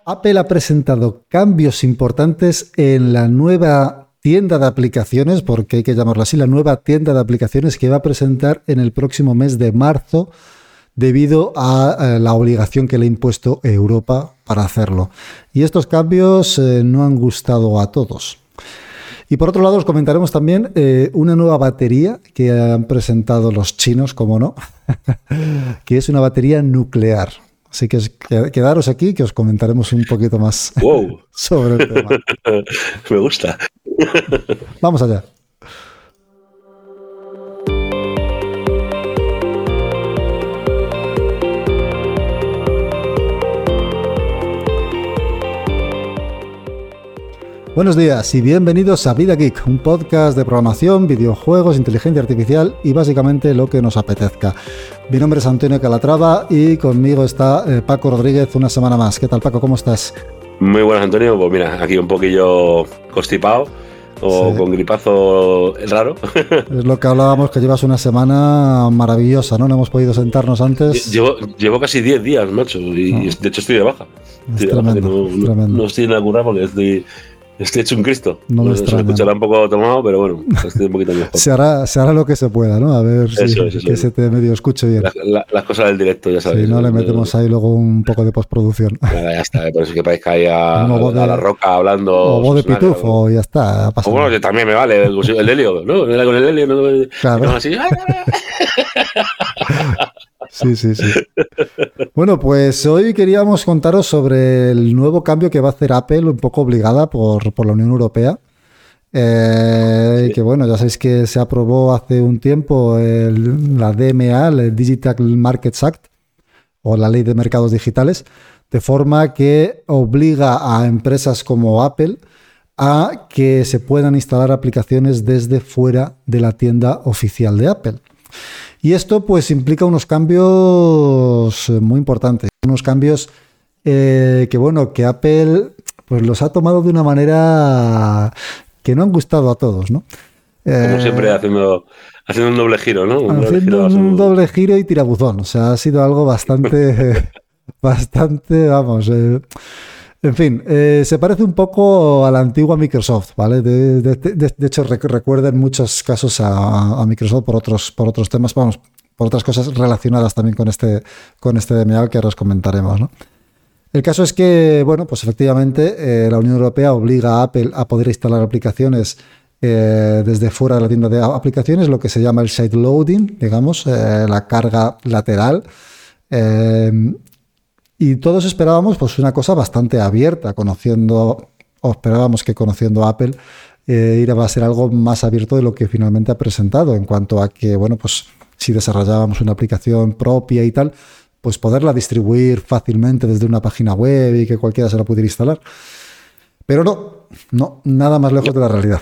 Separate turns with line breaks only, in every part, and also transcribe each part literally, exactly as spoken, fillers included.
Apple ha presentado cambios importantes en la nueva tienda de aplicaciones, porque hay que llamarlo así, la nueva tienda de aplicaciones que va a presentar en el próximo mes de marzo, debido a eh, la obligación que le ha impuesto Europa para hacerlo. Y estos cambios eh, no han gustado a todos. Y por otro lado os comentaremos también eh, una nueva batería que han presentado los chinos, como no, que es una batería nuclear. Así que quedaros aquí que os comentaremos un poquito más
wow.
sobre el tema.
Me gusta.
Vamos allá. Buenos días y bienvenidos a Vida Geek, un podcast de programación, videojuegos, inteligencia artificial y básicamente lo que nos apetezca. Mi nombre es Antonio Calatrava y conmigo está eh, Paco Rodríguez una semana más. ¿Qué tal, Paco? ¿Cómo estás?
Muy buenas, Antonio. Pues mira, aquí un poquillo constipado o sí. Con gripazo raro.
Es lo que hablábamos, que llevas una semana maravillosa, ¿no? No hemos podido sentarnos antes.
Llevo, llevo casi diez días, macho, y no. De hecho estoy de baja.
Es
estoy
tremendo,
de baja, no,
es tremendo.
No estoy en la curra porque estoy... Estoy hecho un Cristo.
No me
Se escuchará un poco tomado, pero bueno, estoy un poquito mejor.
se, hará, se hará lo que se pueda, ¿no? A ver si
eso, eso,
que
eso.
se te medio escuche bien.
La, la, las cosas del directo, ya sabes.
Si no, le metemos ahí luego un poco de postproducción.
Nada, ya está, por eso que parezca ahí a,
no,
a,
de,
a la roca hablando.
O voz de pitufo, y ya está.
O bueno, que también me vale el, el helio, ¿no? Con el helio, ¿no?
Claro.
No, así.
Sí, sí, sí. Bueno, pues hoy queríamos contaros sobre el nuevo cambio que va a hacer Apple, un poco obligada por, por la Unión Europea. Eh, sí. Que bueno, ya sabéis que se aprobó hace un tiempo el, la D M A, el Digital Markets Act, o la Ley de Mercados Digitales, de forma que obliga a empresas como Apple a que se puedan instalar aplicaciones desde fuera de la tienda oficial de Apple. Y esto pues implica unos cambios muy importantes, unos cambios eh, que bueno, que Apple pues los ha tomado de una manera que no han gustado a todos, ¿no?
Como eh, siempre haciendo, haciendo un doble giro, ¿no? Un
haciendo
doble giro,
un doble giro y tirabuzón, o sea, ha sido algo bastante, bastante, vamos... Eh, En fin, eh, se parece un poco a la antigua Microsoft, ¿vale? De, de, de, de hecho, rec- recuerda en muchos casos a, a Microsoft por otros, por otros temas, vamos, por otras cosas relacionadas también con este, con este D M A que ahora os comentaremos, ¿no? El caso es que, bueno, pues efectivamente eh, la Unión Europea obliga a Apple a poder instalar aplicaciones eh, desde fuera de la tienda de aplicaciones, lo que se llama el side loading, digamos, eh, la carga lateral. Eh, Y todos esperábamos pues una cosa bastante abierta, conociendo, o esperábamos que conociendo a Apple eh, iba a ser algo más abierto de lo que finalmente ha presentado, en cuanto a que, bueno, pues si desarrollábamos una aplicación propia y tal, pues poderla distribuir fácilmente desde una página web y que cualquiera se la pudiera instalar. Pero no, no, nada más lejos de la realidad.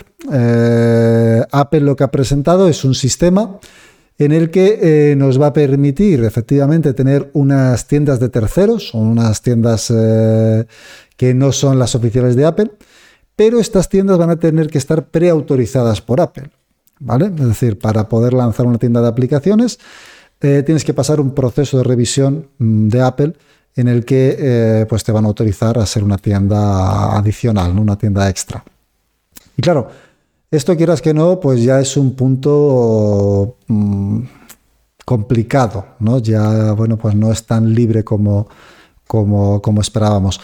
Eh, Apple lo que ha presentado es un sistema en el que eh, nos va a permitir efectivamente tener unas tiendas de terceros o unas tiendas eh, que no son las oficiales de Apple, pero estas tiendas van a tener que estar preautorizadas por Apple, ¿vale? Es decir, para poder lanzar una tienda de aplicaciones eh, tienes que pasar un proceso de revisión de Apple en el que eh, pues te van a autorizar a ser una tienda adicional, ¿no? Una tienda extra. Y claro, esto, quieras que no, pues ya es un punto mmm, complicado, ¿no? Ya, bueno, pues no es tan libre como, como, como esperábamos.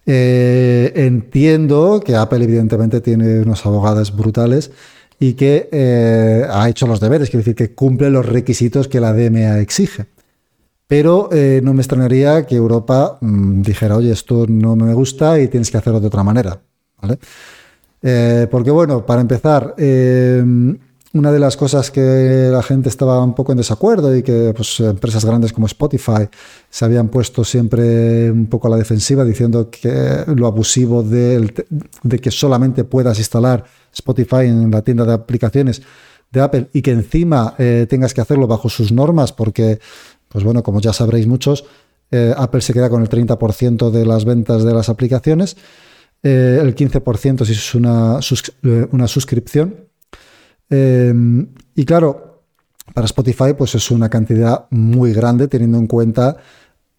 Eh, entiendo que Apple evidentemente tiene unos abogados brutales y que eh, ha hecho los deberes, quiere decir que cumple los requisitos que la D M A exige. Pero eh, no me extrañaría que Europa mmm, dijera, oye, esto no me gusta y tienes que hacerlo de otra manera, ¿vale? Eh, porque bueno, para empezar, eh, una de las cosas que la gente estaba un poco en desacuerdo y que pues, empresas grandes como Spotify se habían puesto siempre un poco a la defensiva diciendo que lo abusivo de, de que solamente puedas instalar Spotify en la tienda de aplicaciones de Apple y que encima eh, tengas que hacerlo bajo sus normas porque, pues bueno, como ya sabréis muchos, eh, Apple se queda con el treinta por ciento de las ventas de las aplicaciones. Eh, el quince por ciento si es una, sus, eh, una suscripción. Eh, y claro, para Spotify pues es una cantidad muy grande teniendo en cuenta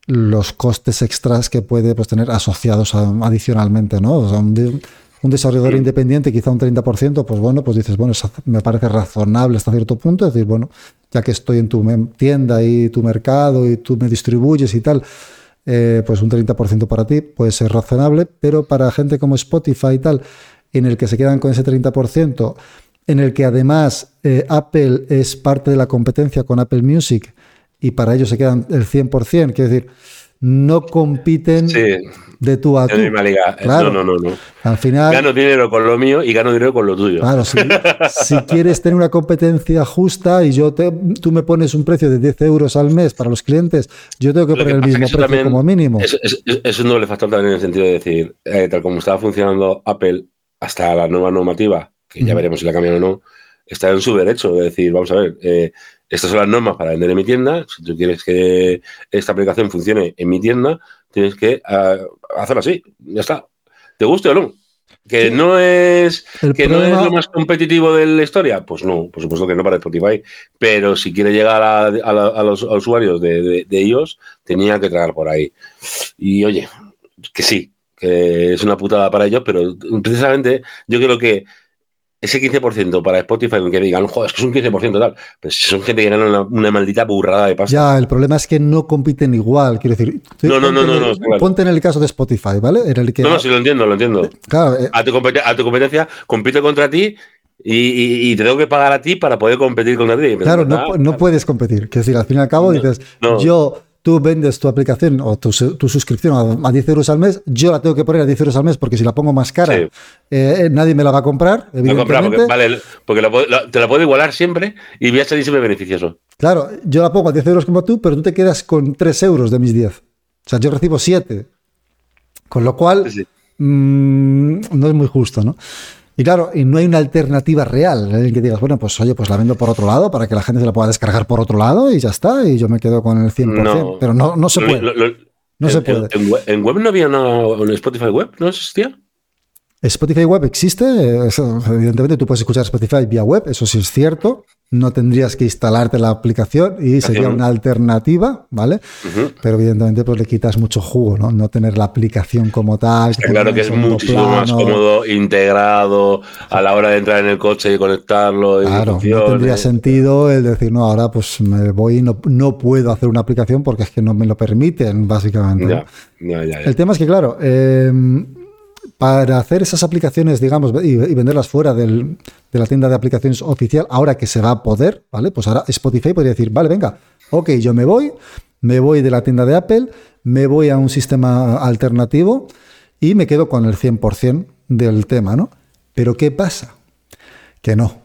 los costes extras que puede pues, tener asociados a, adicionalmente, ¿no? O sea, un, un desarrollador sí. independiente, quizá un treinta por ciento, pues bueno, pues dices, bueno, me parece razonable hasta cierto punto, es decir, bueno, ya que estoy en tu tienda y tu mercado y tú me distribuyes y tal, eh, pues un treinta por ciento para ti puede ser razonable, pero para gente como Spotify y tal, en el que se quedan con ese treinta por ciento, en el que además eh, Apple es parte de la competencia con Apple Music y para ellos se quedan el cien por ciento, quiero decir, no compiten sí, de tú a tú.
En misma liga. Claro, no, no, no, no.
Al final,
gano dinero con lo mío y gano dinero con lo tuyo.
Claro, si, si quieres tener una competencia justa y yo te, tú me pones un precio de diez euros al mes para los clientes, yo tengo que lo poner que el mismo precio también, como mínimo.
Es, es, es un doble factor también en el sentido de decir, eh, tal como estaba funcionando Apple hasta la nueva normativa, que ya veremos si la cambian o no, está en su derecho de decir, vamos a ver, eh, estas son las normas para vender en mi tienda, si tú quieres que esta aplicación funcione en mi tienda, tienes que uh, hacerlo así, ya está, te guste o no. ¿Que, sí. no, es, que problema... no es lo más competitivo de la historia? Pues no, por supuesto que no para Spotify, pero si quiere llegar a, a, la, a los a usuarios de, de, de ellos, tenía que tragar por ahí. Y oye, que sí, que es una putada para ellos, pero precisamente yo creo que ese quince por ciento para Spotify, que digan, joder, es que es un quince por ciento tal, pero si son gente que gana una, una maldita burrada de pasta.
Ya, el problema es que no compiten igual, quiero decir.
No, no, no, no, no,
no claro. Ponte en el caso de Spotify, ¿vale? En el que,
no, no, sí lo entiendo, lo entiendo.
Claro, eh,
a, tu a tu competencia, compite contra ti y, y, y te tengo que pagar a ti para poder competir contra ti.
Claro, no, ah, no claro. puedes competir. Quiero decir, al fin y al cabo no, dices, no. yo... Tú vendes tu aplicación o tu, tu suscripción a, a diez euros al mes, yo la tengo que poner a diez euros al mes porque si la pongo más cara, sí. eh, nadie me la va a comprar, evidentemente.
No comprar porque, vale, porque lo, lo, te la puedo igualar siempre y voy a salir siempre beneficioso.
Claro, yo la pongo a diez euros como tú, pero tú te quedas con tres euros de mis diez. O sea, yo recibo siete. Con lo cual, sí, sí. Mmm, no es muy justo, ¿no? Y claro, y no hay una alternativa real en el que digas, bueno, pues oye, pues la vendo por otro lado para que la gente se la pueda descargar por otro lado y ya está, y yo me quedo con el cien por ciento. No, pero no, no se puede. Lo, lo, no
en,
se puede.
En, en, web, ¿En web no había una, en Spotify web? ¿No existía?
Spotify web existe, eso, evidentemente tú puedes escuchar Spotify vía web, eso sí es cierto, no tendrías que instalarte la aplicación y sería una alternativa, ¿vale? Uh-huh. Pero evidentemente pues le quitas mucho jugo, ¿no? No tener la aplicación como tal.
Está claro que es muchísimo plano. Más cómodo, integrado a la hora de entrar en el coche y conectarlo. Y
claro, no tendría sentido el decir, no, ahora pues me voy y no, no puedo hacer una aplicación porque es que no me lo permiten, básicamente.
Ya, ya, ya, ya.
El tema es que, claro, eh, para hacer esas aplicaciones, digamos, y, y venderlas fuera del, de la tienda de aplicaciones oficial, ahora que se va a poder, ¿vale? Pues ahora Spotify podría decir, vale, venga, ok, yo me voy, me voy de la tienda de Apple, me voy a un sistema alternativo y me quedo con el cien por ciento del tema, ¿no? Pero ¿qué pasa? Que no.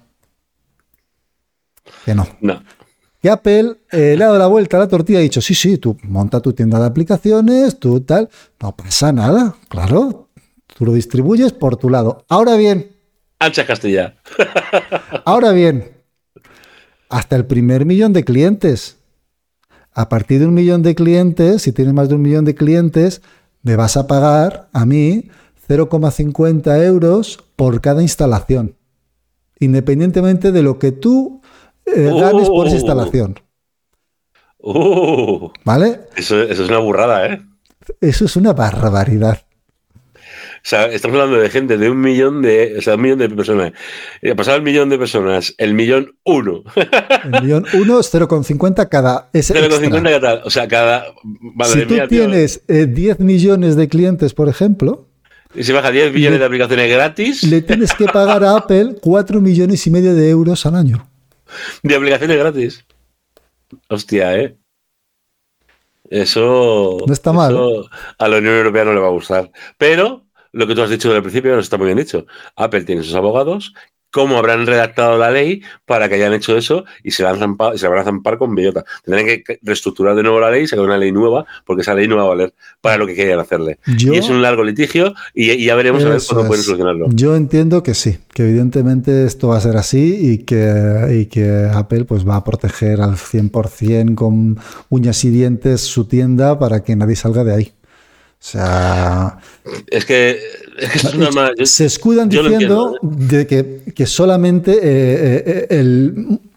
Que no.
No.
Y Apple eh, le ha dado la vuelta a la tortilla y ha dicho, sí, sí, tú monta tu tienda de aplicaciones, tú tal, no pasa nada, claro. Tú lo distribuyes por tu lado. Ahora bien...
Ancha Castilla.
Ahora bien, hasta el primer millón de clientes. A partir de un millón de clientes, si tienes más de un millón de clientes, me vas a pagar a mí cero coma cincuenta euros por cada instalación. Independientemente de lo que tú eh, ganes uh, por esa instalación.
Uh,
¿Vale?
Eso, eso es una burrada, ¿eh?
Eso es una barbaridad.
O sea, estamos hablando de gente de un millón de, o sea, un millón de personas. Pasado el millón de personas, el millón uno.
El millón uno es cero coma cincuenta cada.
cero coma cincuenta cada. O sea, cada.
Madre si tú mía, tienes eh, diez millones de clientes, por ejemplo.
Y se baja diez millones le, de aplicaciones gratis.
Le tienes que pagar a Apple cuatro millones y medio de euros al año.
De aplicaciones gratis. Hostia, ¿eh? Eso.
No está
eso
mal.
A la Unión Europea no le va a gustar. Pero. Lo que tú has dicho desde el principio no está muy bien dicho. Apple tiene sus abogados. ¿Cómo habrán redactado la ley para que hayan hecho eso y se la, han zampado, y se la van a zampar con bellota? Tendrán que reestructurar de nuevo la ley y sacar una ley nueva porque esa ley no va a valer para lo que querían hacerle. Yo, y es un largo litigio y, y ya veremos a ver cuándo pueden solucionarlo.
Yo entiendo que sí, que evidentemente esto va a ser así y que, y que Apple pues va a proteger al cien por ciento con uñas y dientes su tienda para que nadie salga de ahí. O sea...
Es que, es que es una más, yo,
se escudan diciendo de que, que solamente eh, eh, el,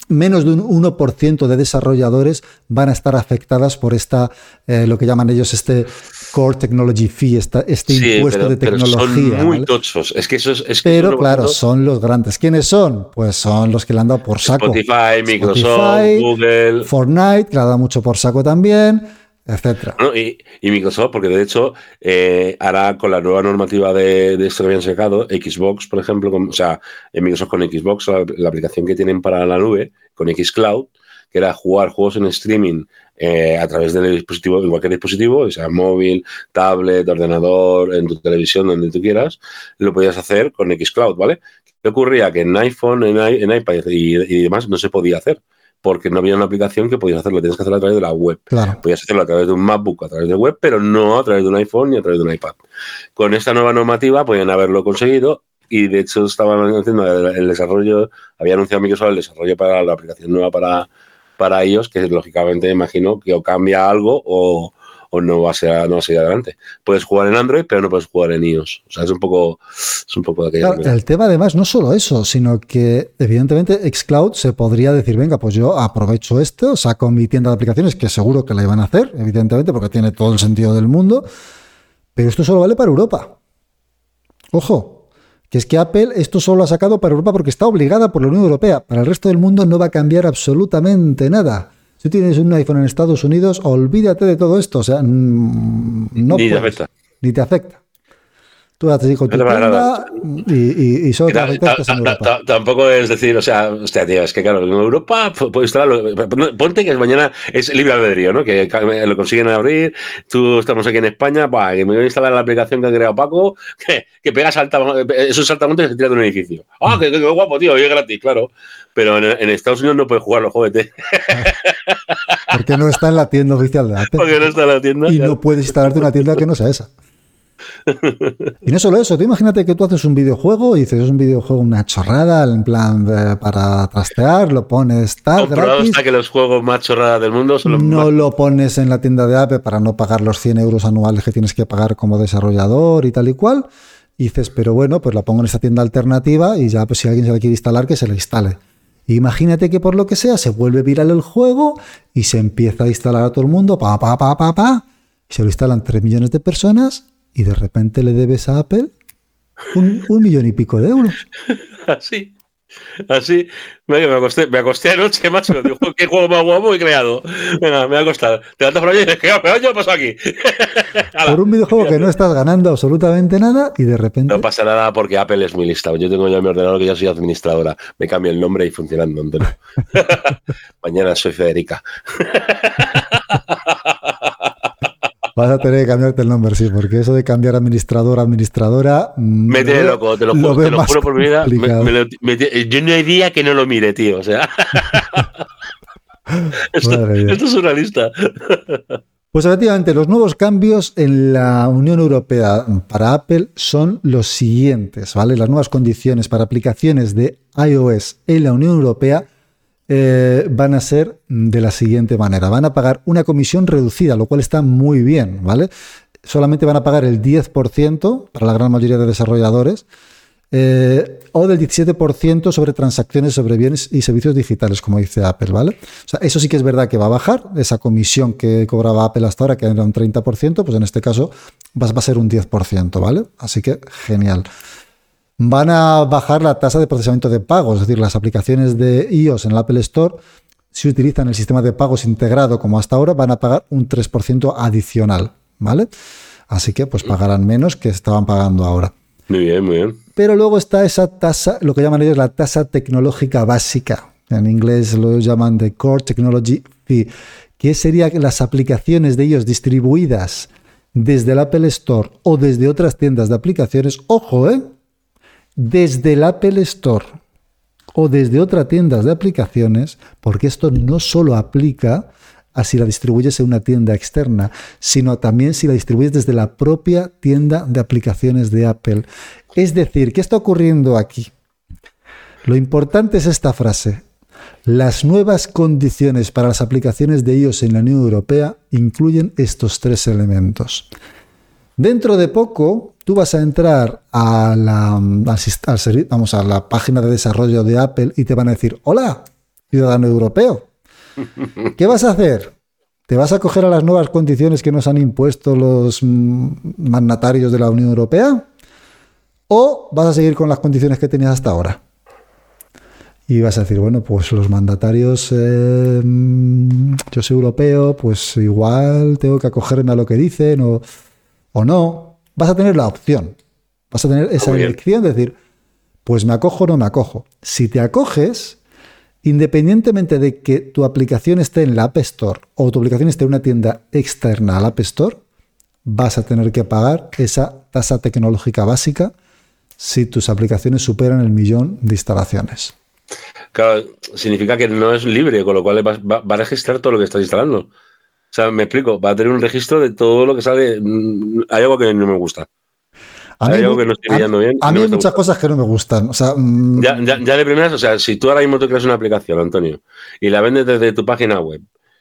menos de un uno por ciento de desarrolladores van a estar afectadas por esta, eh, lo que llaman ellos este Core Technology Fee, esta, este
sí,
impuesto
pero,
de tecnología.
Pero son muy
¿vale?
tochos. Es que eso es, es que
pero
eso
claro, son los grandes. ¿Quiénes son? Pues son los que le han dado por saco.
Spotify, Microsoft,
Spotify,
Google,
Fortnite, que le ha dado mucho por saco también, etcétera.
No, y, y Microsoft, porque de hecho, eh, ahora con la nueva normativa de, de esto que habían sacado, Xbox, por ejemplo, con, o sea, en Microsoft con Xbox, la, la aplicación que tienen para la nube, con xCloud, que era jugar juegos en streaming eh, a través del dispositivo, en cualquier dispositivo, o sea, móvil, tablet, ordenador, en tu televisión, donde tú quieras, lo podías hacer con xCloud, ¿vale? ¿Qué ocurría? Que en iPhone, en, en iPad y, y demás no se podía hacer, porque no había una aplicación que podías hacerlo, tienes que hacerlo a través de la web.
Claro.
Podías hacerlo a través de un MacBook, a través de web, pero no a través de un iPhone ni a través de un iPad. Con esta nueva normativa podían haberlo conseguido y de hecho estaban haciendo el desarrollo, había anunciado Microsoft el desarrollo para la aplicación nueva para, para ellos, que lógicamente imagino que o cambia algo o, o no va a ser no va a seguir adelante. Puedes jugar en Android, pero no puedes jugar en iOS. O sea, es un poco, es un poco de aquella.
Claro, el tema además no solo eso, sino que evidentemente xCloud se podría decir, venga, pues yo aprovecho esto, saco mi tienda de aplicaciones, que seguro que la iban a hacer, evidentemente, porque tiene todo el sentido del mundo, pero esto solo vale para Europa. Ojo, que es que Apple esto solo lo ha sacado para Europa porque está obligada por la Unión Europea. Para el resto del mundo no va a cambiar absolutamente nada. Si tienes un iPhone en Estados Unidos, olvídate de todo esto. O sea, no
ni
puedes,
te afecta.
Ni te afecta. Tú haces con tu tienda y, y, y solo te afectas en Europa.
Tampoco es decir, o sea, hostia, tío, es que claro, en Europa puedes instalarlo. Ponte que mañana es libre albedrío, ¿no? Que lo consiguen abrir. Tú estamos aquí en España, bah, que me voy a instalar la aplicación que ha creado Paco, que, que pega saltamontes, esos saltamontes que se tira de un edificio. ¡Ah, qué, qué guapo, tío! Y es gratis, claro. Pero en, en Estados Unidos no puedes jugarlo, jódete.
Porque no está en la tienda oficial de Apple.
Porque no está en la tienda.
Y claro. No puedes instalarte una tienda que no sea esa. Y no solo eso, tú imagínate que tú haces un videojuego y dices, es un videojuego, una chorrada, en plan de, para trastear, lo pones tal, gratis.
Hasta que los juegos más chorradas del mundo son los
No
más...
lo pones en la tienda de Apple para no pagar los cien euros anuales que tienes que pagar como desarrollador y tal y cual. Y dices, pero bueno, pues la pongo en esta tienda alternativa y ya, pues si alguien se la quiere instalar, que se la instale. Imagínate que por lo que sea se vuelve viral el juego y se empieza a instalar a todo el mundo, pa, pa, pa, pa, pa, y se lo instalan tres millones de personas y de repente le debes a Apple un, un millón y pico de euros.
Así, así. Me, me, acosté, me acosté anoche, macho. Digo, qué juego más guapo he creado. Venga, me va a costar. Te levantas por allí y dices, ¿qué año ha pasado aquí?
Por un videojuego que no estás ganando absolutamente nada y de repente...
No pasa nada porque Apple es muy lista. Yo tengo ya mi ordenador que ya soy administradora. Me cambio el nombre y funcionando, Antonio. Mañana soy Federica.
Vas a tener que cambiarte el nombre, sí, porque eso de cambiar administrador a administradora...
Me tiene loco, te lo juro, te lo juro por mi vida. Me, me lo, me, yo no hay día que no lo mire, tío. O sea... esto, esto es una lista.
Pues efectivamente, los nuevos cambios en la Unión Europea para Apple son los siguientes, ¿vale? Las nuevas condiciones para aplicaciones de iOS en la Unión Europea eh, van a ser de la siguiente manera. Van a pagar una comisión reducida, lo cual está muy bien, ¿vale? Solamente van a pagar el diez por ciento para la gran mayoría de desarrolladores eh, o del diecisiete por ciento sobre transacciones sobre bienes y servicios digitales, como dice Apple, ¿vale? O sea, eso sí que es verdad que va a bajar, esa comisión que cobraba Apple hasta ahora, que era un treinta por ciento, pues en este caso va, va a ser un diez por ciento, ¿vale? Así que genial. Van a bajar la tasa de procesamiento de pagos, es decir, las aplicaciones de iOS en el Apple Store, si utilizan el sistema de pagos integrado como hasta ahora, van a pagar un tres por ciento adicional, ¿vale? Así que pues pagarán menos que estaban pagando ahora.
Muy bien, muy bien.
Pero luego está esa tasa, lo que llaman ellos la tasa tecnológica básica. En inglés lo llaman de Core Technology Fee, que sería que las aplicaciones de ellos distribuidas desde el Apple Store o desde otras tiendas de aplicaciones, ojo, ¿eh? Desde el Apple Store o desde otras tiendas de aplicaciones, porque esto no solo aplica a si la distribuyes en una tienda externa, sino también si la distribuyes desde la propia tienda de aplicaciones de Apple. Es decir, ¿qué está ocurriendo aquí? Lo importante es esta frase. Las nuevas condiciones para las aplicaciones de iOS en la Unión Europea incluyen estos tres elementos. Dentro de poco, tú vas a entrar a la, al, al, vamos, a la página de desarrollo de Apple y te van a decir, hola, ciudadano europeo. ¿Qué vas a hacer? ¿Te vas a acoger a las nuevas condiciones que nos han impuesto los mandatarios de la Unión Europea? ¿O vas a seguir con las condiciones que tenías hasta ahora? Y vas a decir, bueno, pues los mandatarios, eh, yo soy europeo, pues igual tengo que acogerme a lo que dicen o, o no. Vas a tener la opción. Vas a tener esa elección de decir, pues me acojo o no me acojo. Si te acoges, independientemente de que tu aplicación esté en la App Store o tu aplicación esté en una tienda externa al App Store, vas a tener que pagar esa tasa tecnológica básica si tus aplicaciones superan el millón de instalaciones.
Claro, significa que no es libre, con lo cual va, va, va a registrar todo lo que estás instalando. O sea, me explico, va a tener un registro de todo lo que sale. Hay algo que no me gusta.
A mí, hay algo que no estoy pillando bien. A mí no hay muchas cosas que no me gustan. O sea, mmm...
ya, ya, ya de primeras, o sea, si tú ahora mismo te creas una aplicación, Antonio, y la vendes desde tu página web,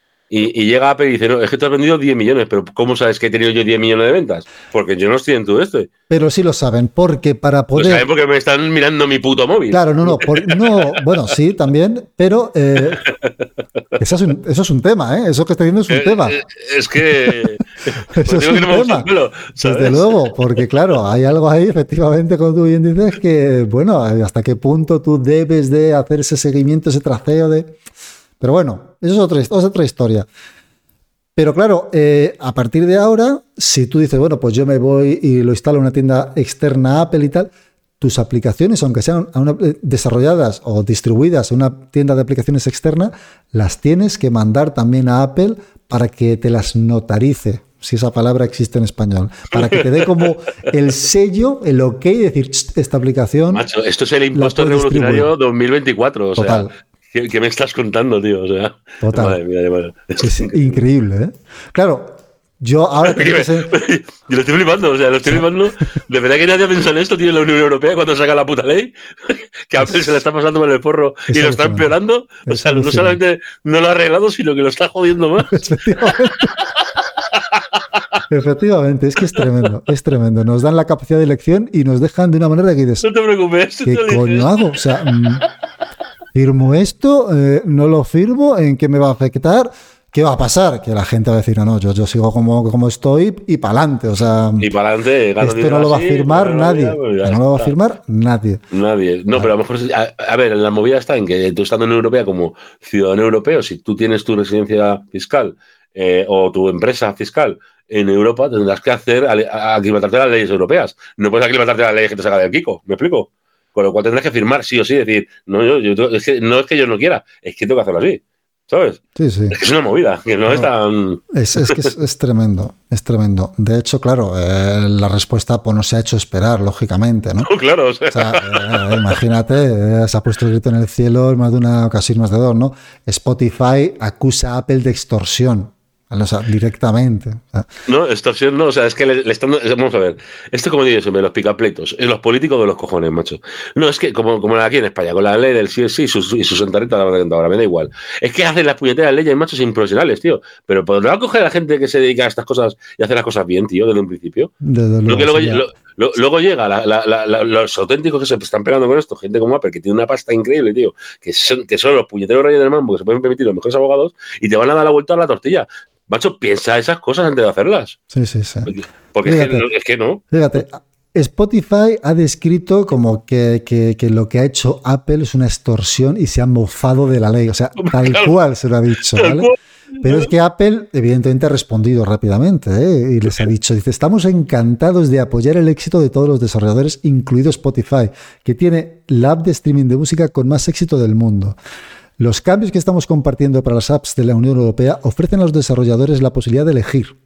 y, y llega Apple y dice, no, es que tú has vendido diez millones, pero ¿cómo sabes que he tenido yo diez millones de ventas? Porque yo no estoy en todo esto.
Pero sí lo saben, porque para poder...
Lo saben porque me están mirando mi puto móvil.
Claro, no, no, por... no bueno, sí, también, pero eh, eso, es un, eso es un tema, ¿eh? Eso que estoy viendo es un
eh,
tema.
Eh, es que...
eso es un no tema, pelo, desde luego, porque claro, hay algo ahí, efectivamente, como tú bien dices, que, bueno, hasta qué punto tú debes de hacer ese seguimiento, ese traceo de... Pero bueno, eso es otra, es otra historia. Pero claro, eh, a partir de ahora, si tú dices, bueno, pues yo me voy y lo instalo en una tienda externa a Apple y tal, tus aplicaciones, aunque sean una, desarrolladas o distribuidas en una tienda de aplicaciones externa, las tienes que mandar también a Apple para que te las notarice, si esa palabra existe en español, para que te dé como el sello, el ok, decir, esta aplicación...
Macho, esto es el impuesto revolucionario dos mil veinticuatro, o
Total.
sea... ¿Qué, ¿Qué me estás contando, tío? O sea,
total.
Madre mía, madre.
Es increíble, ¿eh? Claro, yo ahora...
Yo lo estoy flipando, o sea, lo estoy flipando. De verdad que nadie ha pensado en esto, tío, en la Unión Europea cuando saca la puta ley, que Apple se la está pasando por el forro y lo está empeorando. O sea, no solamente no lo ha arreglado, sino que lo está jodiendo más.
Efectivamente. Efectivamente, es que es tremendo, es tremendo. Nos dan la capacidad de elección y nos dejan de una manera que dices...
No te preocupes.
¿Qué
te
coño
dices.
hago? O sea... Mmm, ¿firmo esto? Eh, ¿No lo firmo? ¿En qué me va a afectar? ¿Qué va a pasar? Que la gente va a decir, no, no, yo, yo sigo como, como estoy y para adelante. O sea,
y para adelante.
Esto no lo va a firmar así, nadie. Ya, pues no lo va a firmar nadie.
Nadie. No, pero a lo mejor, a, a ver, la movida está en que tú estando en Europea como ciudadano europeo, si tú tienes tu residencia fiscal eh, o tu empresa fiscal en Europa, tendrás que hacer aclimatarte a las leyes europeas. No puedes aclimatarte a las leyes que te saca del Kiko. ¿Me explico? Con lo cual tendrás que firmar sí o sí, decir, no, yo, yo, es que, no es que yo no quiera, es que tengo que hacerlo así, ¿sabes?
Sí, sí.
Es que es una movida, que no, no es tan...
Es, es que es, es tremendo, es tremendo. De hecho, claro, eh, la respuesta pues, no se ha hecho esperar, lógicamente, ¿no?
No, claro, o sea...
O sea eh, imagínate, eh, se ha puesto el grito en el cielo en más de una ocasión, más de dos, ¿no? Spotify acusa a Apple de extorsión. O sea, directamente. O sea.
No, extorsión no, o sea, es que le, le están... Vamos a ver, esto como digo siempre, los picapleitos, los políticos de los cojones, macho. No, es que como, como aquí en España, con la ley del sí sí y sus, y sus sentarritas ahora, me da igual. Es que hacen las puñeteras leyes, machos, improfesionales, tío. Pero ¿podrá coger a la gente que se dedica a estas cosas y hacer las cosas bien, tío, desde un principio?
Desde luego,
luego,
sí,
lo, lo, luego llega la, la, la, la, los auténticos que se están pegando con esto, gente como Apple, que tiene una pasta increíble, tío, que son, que son los puñeteros reyes del mambo, que se pueden permitir los mejores abogados, y te van a dar la vuelta a la tortilla. Macho, piensa esas cosas antes de hacerlas.
Sí, sí, sí.
Porque fíjate, es, que no, es que no.
Fíjate, Spotify ha descrito como que, que, que lo que ha hecho Apple es una extorsión y se ha mofado de la ley. O sea, tal claro. cual se lo ha dicho, ¿vale? Pero es que Apple, evidentemente, ha respondido rápidamente, ¿eh? Y les ha dicho, dice, estamos encantados de apoyar el éxito de todos los desarrolladores, incluido Spotify, que tiene la app de streaming de música con más éxito del mundo. Los cambios que estamos compartiendo para las apps de la Unión Europea ofrecen a los desarrolladores la posibilidad de elegir,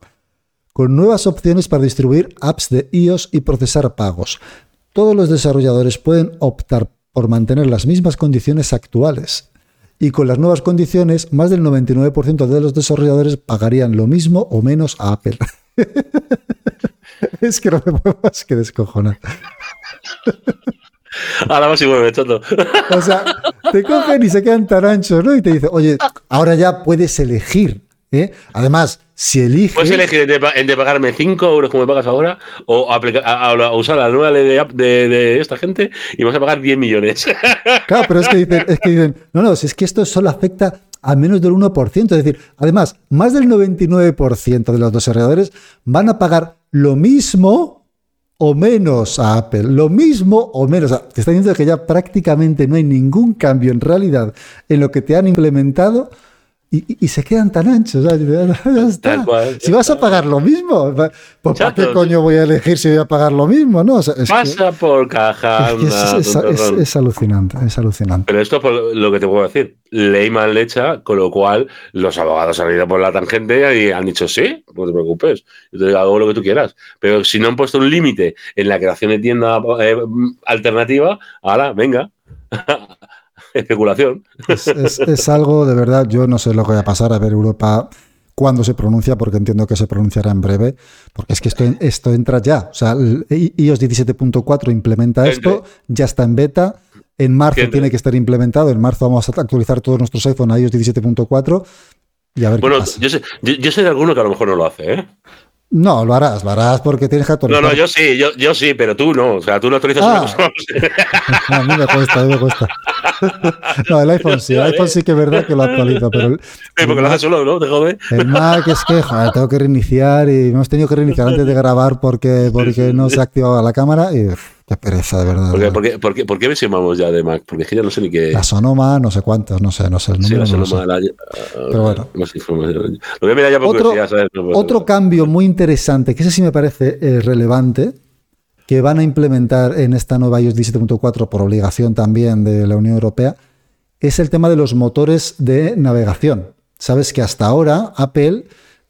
con nuevas opciones para distribuir apps de iOS y procesar pagos. Todos los desarrolladores pueden optar por mantener las mismas condiciones actuales. Y con las nuevas condiciones, más del noventa y nueve por ciento de los desarrolladores pagarían lo mismo o menos a Apple. Es que no me puedo más que descojonar.
Ahora vas y vuelve, chato.
O sea, te cogen y se quedan tan anchos, ¿no? Y te dicen, oye, ahora ya puedes elegir ¿eh? Además, si eliges...
Puedes elegir entre, entre pagarme cinco euros como me pagas ahora o aplicar, a, a usar la nueva ley de, de, de esta gente y vas a pagar diez millones.
Claro, pero es que dicen, es que dicen no, no, si es que esto solo afecta a menos del uno por ciento. Es decir, además, más del noventa y nueve por ciento de los desarrolladores van a pagar lo mismo o menos a Apple. Lo mismo o menos. O sea, te está diciendo que ya prácticamente no hay ningún cambio en realidad en lo que te han implementado. Y, y, y se quedan tan anchos. ¿Sabes? Ya está. Cual, si vas está. a pagar lo mismo, pues ¿para qué coño voy a elegir si voy a pagar lo mismo? ¿No? O sea, es
Pasa que, por caja.
Es, anda, es, es, es, es alucinante, es alucinante.
Pero esto es lo que te puedo decir. Ley mal hecha, con lo cual los abogados han ido por la tangente y han dicho sí, no te preocupes. Yo te digo, hago lo que tú quieras. Pero si no han puesto un límite en la creación de tienda eh, alternativa, ahora, venga. Especulación.
Es, es, es algo de verdad, yo no sé lo que va a pasar. A ver, Europa, cuándo se pronuncia, porque entiendo que se pronunciará en breve, porque es que esto, esto entra ya. O sea, i O S diecisiete punto cuatro implementa esto, ya está en beta. En marzo Siempre. tiene que estar implementado. En marzo vamos a actualizar todos nuestros iPhone a i O S diecisiete punto cuatro y a ver
bueno,
qué pasa.
Yo sé, yo, yo sé de alguno que a lo mejor no lo hace, ¿eh?
No, lo harás, lo harás porque tienes que actualizar.
No, no, yo sí, yo, yo sí, pero tú no. O sea, tú no actualizas
ah.
una cosa.
A mí me cuesta, a mí me cuesta. No, el iPhone sí, el iPhone sí que es verdad que lo actualizo, pero... El,
sí, porque el lo haces solo, ¿no? Te jode.
El Mac es que, joder, tengo que reiniciar y hemos tenido que reiniciar antes de grabar porque, porque no se activaba la cámara y... Qué pereza, de verdad.
¿Por qué, por qué, por qué, por qué llamamos ya de Mac? Porque es que ya no sé ni qué...
La Sonoma, no sé cuántas, no sé, no sé el número.
Sí, la
no
Sonoma.
sé.
La, uh,
Pero bueno.
Más información. Lo voy a mirar ya por
otro,
curiosidad, ¿sabes? No puedo
otro cambio muy interesante, que ese sí me parece eh, relevante, que van a implementar en esta nueva i O S diecisiete punto cuatro por obligación también de la Unión Europea, es el tema de los motores de navegación. Sabes que hasta ahora Apple,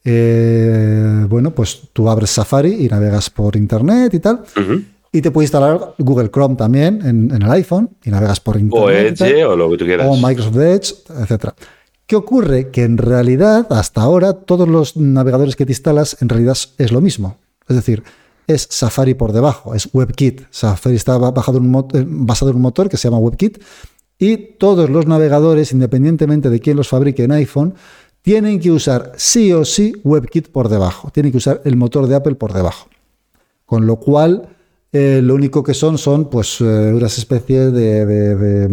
eh, bueno, pues tú abres Safari y navegas por Internet y tal,
uh-huh.
y te puedes instalar Google Chrome también en, en el iPhone y navegas por Internet.
O Edge o lo que tú quieras.
O Microsoft Edge, etcétera. ¿Qué ocurre? Que en realidad, hasta ahora, todos los navegadores que te instalas en realidad es lo mismo. Es decir, es Safari por debajo, es WebKit. Safari está basado en un motor, basado en un motor que se llama WebKit y todos los navegadores, independientemente de quién los fabrique en iPhone, tienen que usar sí o sí WebKit por debajo. Tienen que usar el motor de Apple por debajo. Con lo cual, eh, lo único que son son pues eh, unas especies de, de, de,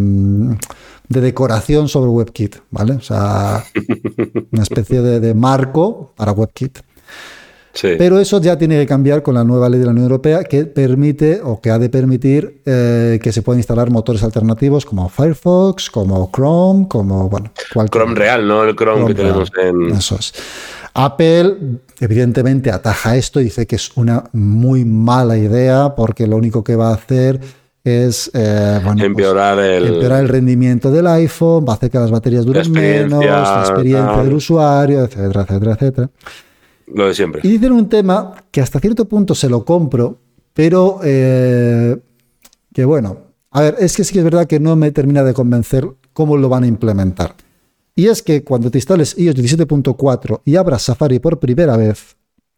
de decoración sobre WebKit, ¿vale? O sea, una especie de, de marco para WebKit.
Sí.
Pero eso ya tiene que cambiar con la nueva ley de la Unión Europea que permite o que ha de permitir eh, que se puedan instalar motores alternativos como Firefox, como Chrome, como, bueno, cualquier...
Chrome real, ¿no? El Chrome, Chrome que tenemos real. en...
Eso es. Apple, evidentemente, ataja esto y dice que es una muy mala idea porque lo único que va a hacer es eh, bueno,
empeorar,
pues,
el...
empeorar el rendimiento del iPhone, va a hacer que las baterías duren la menos, la experiencia tal. del usuario, etcétera, etcétera, etcétera.
Lo de siempre.
Y dicen un tema que hasta cierto punto se lo compro, pero eh, que bueno, a ver, es que sí que es verdad que no me termina de convencer cómo lo van a implementar. Y es que cuando te instales i O S diecisiete punto cuatro y abras Safari por primera vez,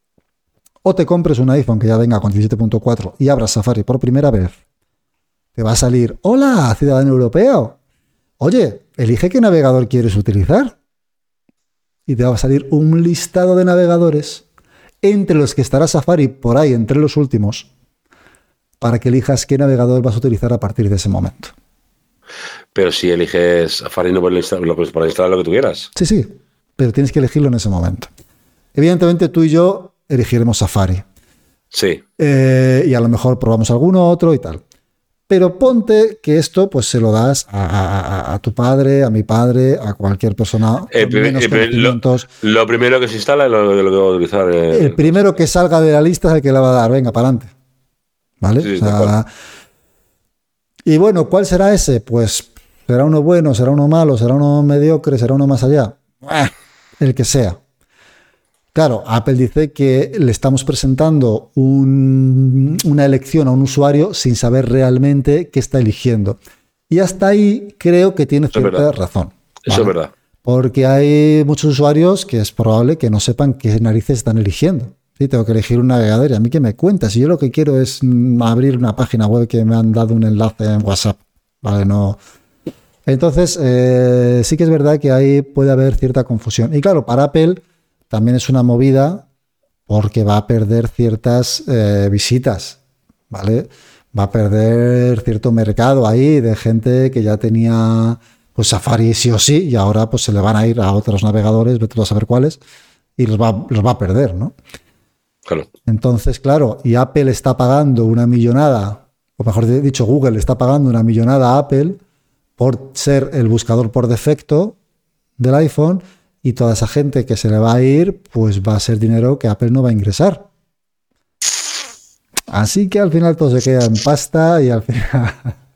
o te compres un iPhone que ya venga con diecisiete punto cuatro y abras Safari por primera vez, te va a salir, hola, ciudadano europeo, oye, elige qué navegador quieres utilizar. Y te va a salir un listado de navegadores entre los que estará Safari por ahí, entre los últimos, para que elijas qué navegador vas a utilizar a partir de ese momento.
Pero si eliges Safari no puedes instalar, lo puedes para instalar lo que tú quieras.
Sí, sí, pero tienes que elegirlo en ese momento. Evidentemente tú y yo elegiremos Safari.
Sí.
Eh, y a lo mejor probamos alguno otro y tal. Pero ponte que esto pues se lo das a, a, a tu padre, a mi padre, a cualquier persona
el
con menos conocimientos.
Lo, lo primero que se instala es lo, lo que va a utilizar.
El, el primero que salga de la lista es el que le va a dar. Venga, para adelante. ¿Vale?
Sí,
o sea, y bueno, ¿cuál será ese? Pues será uno bueno, será uno malo, será uno mediocre, será uno más allá. El que sea. Claro, Apple dice que le estamos presentando un, una elección a un usuario sin saber realmente qué está eligiendo. Y hasta ahí creo que tiene
Eso
cierta razón.
Eso ¿vale? es verdad.
Porque hay muchos usuarios que es probable que no sepan qué narices están eligiendo. Sí, tengo que elegir un navegador y a mí qué me cuenta. Si yo lo que quiero es abrir una página web que me han dado un enlace en WhatsApp. Vale, no... Entonces, eh, sí que es verdad que ahí puede haber cierta confusión. Y claro, para Apple... también es una movida porque va a perder ciertas eh, visitas, ¿vale? Va a perder cierto mercado ahí de gente que ya tenía pues Safari sí o sí y ahora pues se le van a ir a otros navegadores, vete a saber cuáles, y los va, los va a perder, ¿no?
Claro.
Entonces, claro, y Apple está pagando una millonada, o mejor dicho, Google está pagando una millonada a Apple por ser el buscador por defecto del iPhone, y toda esa gente que se le va a ir, pues va a ser dinero que Apple no va a ingresar. Así que al final todo se queda en pasta y al final...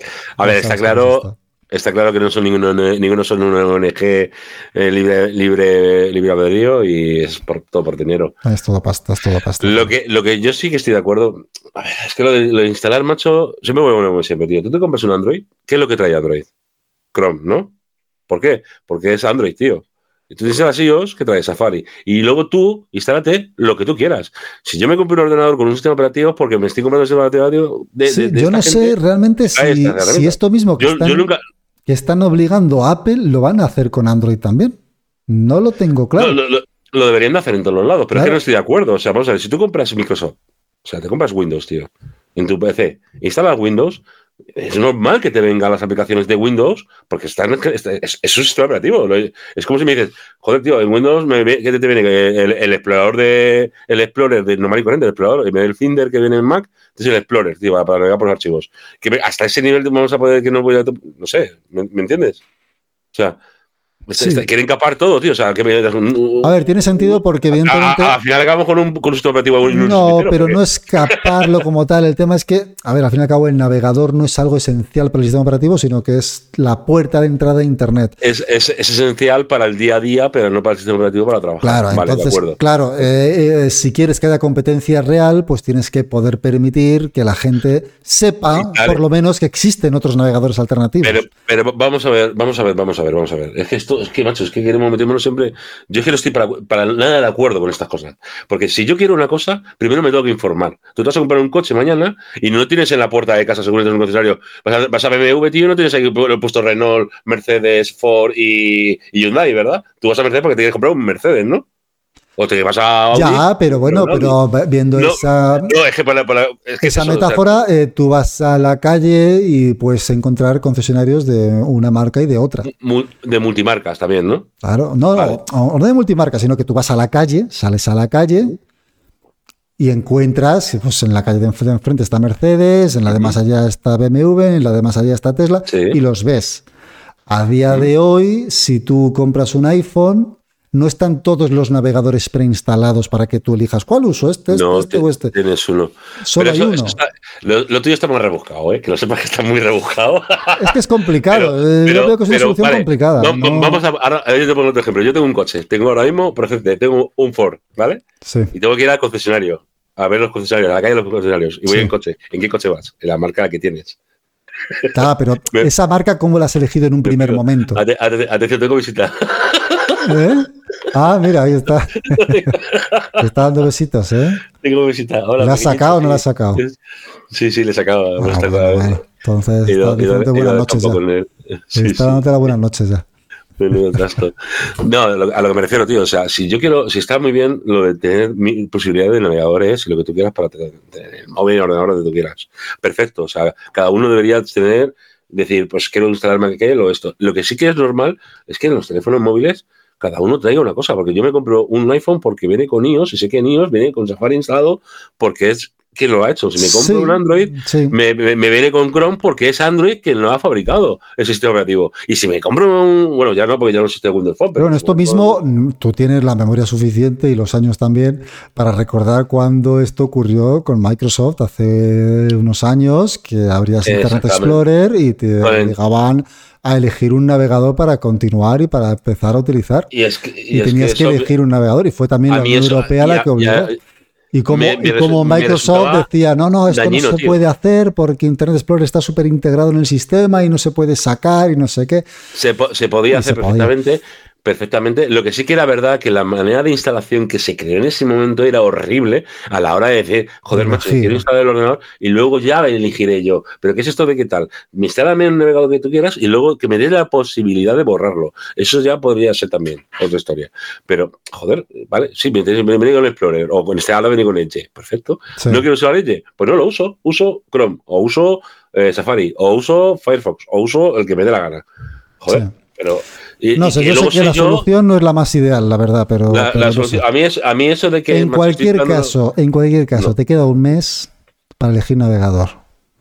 A ver, está claro... Está claro que no son ninguno, ninguno son una O N G eh, libre, libre, libre albedrío y es por, todo por dinero.
Es todo pasta, es todo pasta.
Lo que, lo que yo sí que estoy de acuerdo, a ver, es que lo de, lo de instalar, macho, siempre me voy a poner siempre, tío. Tú te compras un Android, ¿qué es lo que trae Android? Chrome, ¿no? ¿Por qué? Porque es Android, tío. Y tú instalas iOS, que trae Safari. Y luego tú, instálate lo que tú quieras. Si yo me compro un ordenador con un sistema operativo, porque me estoy comprando un sistema operativo de,
sí,
de, de
yo no
gente,
sé realmente si, si esto mismo que
yo,
están...
yo nunca...
que están obligando a Apple, lo van a hacer con Android también. No lo tengo claro.
Lo, lo, lo, lo deberían de hacer en todos los lados, pero claro. Es que no estoy de acuerdo. O sea, vamos a ver, si tú compras Microsoft, o sea, te compras Windows, tío, en tu P C, instalas Windows, es normal que te vengan las aplicaciones de Windows, porque están, es, es, es un sistema operativo. Es como si me dices, joder, tío, en Windows, me, ¿qué te viene? El, el explorador de, el Explorer de normal y corriente, el explorador, y el Finder que viene en Mac, es el Explorer, tío, para, para navegar por los archivos. Que hasta ese nivel vamos a poder que no voy a... No sé, ¿me, ¿me entiendes? O sea, sí. Quieren capar todo, tío. O sea, que me...
A ver, tiene sentido porque evidentemente...
A, a, al final acabamos con un, con un sistema operativo. Un
no, un pero porque... no es caparlo como tal. El tema es que, a ver, al fin y al cabo el navegador no es algo esencial para el sistema operativo, sino que es la puerta de entrada a Internet.
Es, es, es esencial para el día a día, pero no para el sistema operativo para trabajar.
Claro, vale, entonces, de acuerdo. Claro, eh, eh, si quieres que haya competencia real, pues tienes que poder permitir que la gente sepa, sí, por lo menos, que existen otros navegadores alternativos.
Pero, pero vamos a ver, vamos a ver, vamos a ver, vamos a ver. Es que esto, es que, macho, es que queremos meternos siempre... Yo es que no estoy para, para nada de acuerdo con estas cosas. Porque si yo quiero una cosa, primero me tengo que informar. Tú te vas a comprar un coche mañana y no tienes en la puerta de casa, según eres un concesionario, vas a, vas a B M W, tío, no tienes ahí puesto Renault, Mercedes, Ford y, y Hyundai, ¿verdad? Tú vas a Mercedes porque tienes que comprar un Mercedes, ¿no? O te vas a Audi,
ya, pero bueno, pero, pero viendo
no,
esa,
no, es que para, para, es que
esa
eso,
metáfora,
o sea,
eh, tú vas a la calle y puedes encontrar concesionarios de una marca y de otra.
De multimarcas también, ¿no?
Claro, no, vale. no, no de multimarcas, sino que tú vas a la calle, sales a la calle y encuentras, pues en la calle de enfrente está Mercedes, en la de más allá está B M W, en la de más allá está Tesla, sí. Y los ves. A día de hoy, si tú compras un iPhone... No están todos los navegadores preinstalados para que tú elijas cuál uso, este, este,
no,
este
te,
o este.
Tienes uno.
Solo
Pero
hay
eso,
uno.
Eso está, lo, lo tuyo está más rebuscado, ¿eh? Que lo sepas que está muy rebuscado.
Es que es complicado.
Pero, pero,
yo veo que es una pero, solución
vale,
complicada.
No,
no...
Vamos a. Ahora, yo te pongo otro ejemplo. Yo tengo un coche. Tengo ahora mismo, por ejemplo, tengo un Ford, ¿vale?
Sí.
Y tengo que ir al concesionario, a ver los concesionarios, a la calle de los concesionarios. Y voy sí. en coche. ¿En qué coche vas? En la marca que tienes.
Claro, pero me, esa marca, ¿cómo la has elegido en un primer
pero,
momento?
Atención, tengo visita.
¿Eh? Ah, mira, ahí está. Te está dando besitos, ¿eh?
Tengo visita. Hola,
¿la has sacado o no la has sacado?
Sí, sí, le he sacado.
Ah, bueno, bueno. Entonces, está diciéndote buenas noches ya. Sí, está dándote sí. las buenas noches ya.
No, a lo que me refiero, tío, o sea, si yo quiero, si está muy bien lo de tener mi posibilidad de navegadores y lo que tú quieras para tener el móvil y el ordenador donde tú quieras. Perfecto, o sea, cada uno debería tener, decir, pues quiero instalarme aquello o esto. Lo que sí que es normal es que en los teléfonos móviles cada uno traiga una cosa, porque yo me compro un iPhone porque viene con iOS y sé que en iOS viene con Safari instalado porque es quien lo ha hecho. Si me compro sí, un Android, sí. me, me, me viene con Chrome porque es Android quien lo ha fabricado, el sistema operativo. Y si me compro un... Bueno, ya no, porque ya no existe Windows Phone.
Pero, pero en esto mismo, todo... tú tienes la memoria suficiente y los años también para recordar cuando esto ocurrió con Microsoft hace unos años, que abrías Internet Explorer y te obligaban a elegir un navegador para continuar y para empezar a utilizar. Y, es que, y, y tenías es que, que elegir eso, un navegador y fue también la Unión Europea ya, la que obligó. Ya, Y como, me, me y como resu- Microsoft decía, no, no, esto dañino, no se tío. puede hacer porque Internet Explorer está súper integrado en el sistema y no se puede sacar y no sé qué.
Se, po- se podía y hacer se perfectamente, podía. perfectamente. Lo que sí que era verdad que la manera de instalación que se creó en ese momento era horrible a la hora de decir, joder, macho, quiero instalar el ordenador y luego ya elegiré yo. ¿Pero qué es esto de qué tal? Me instálame un navegador que tú quieras y luego que me dé la posibilidad de borrarlo. Eso ya podría ser también otra historia. Pero, joder, vale, sí, me viene con el Explorer o con este ahora viene con Edge. Perfecto. Sí. ¿No quiero usar Edge? Pues no lo uso. Uso Chrome o uso eh, Safari o uso Firefox o uso el que me dé la gana. Joder, sí. pero... Y,
no sé,
y
yo sé que la
yo,
solución no es la más ideal, la verdad, pero...
La,
pero
la solución, a, mí es, a mí eso de que...
En cualquier caso, en cualquier caso, no. te queda un mes para elegir navegador.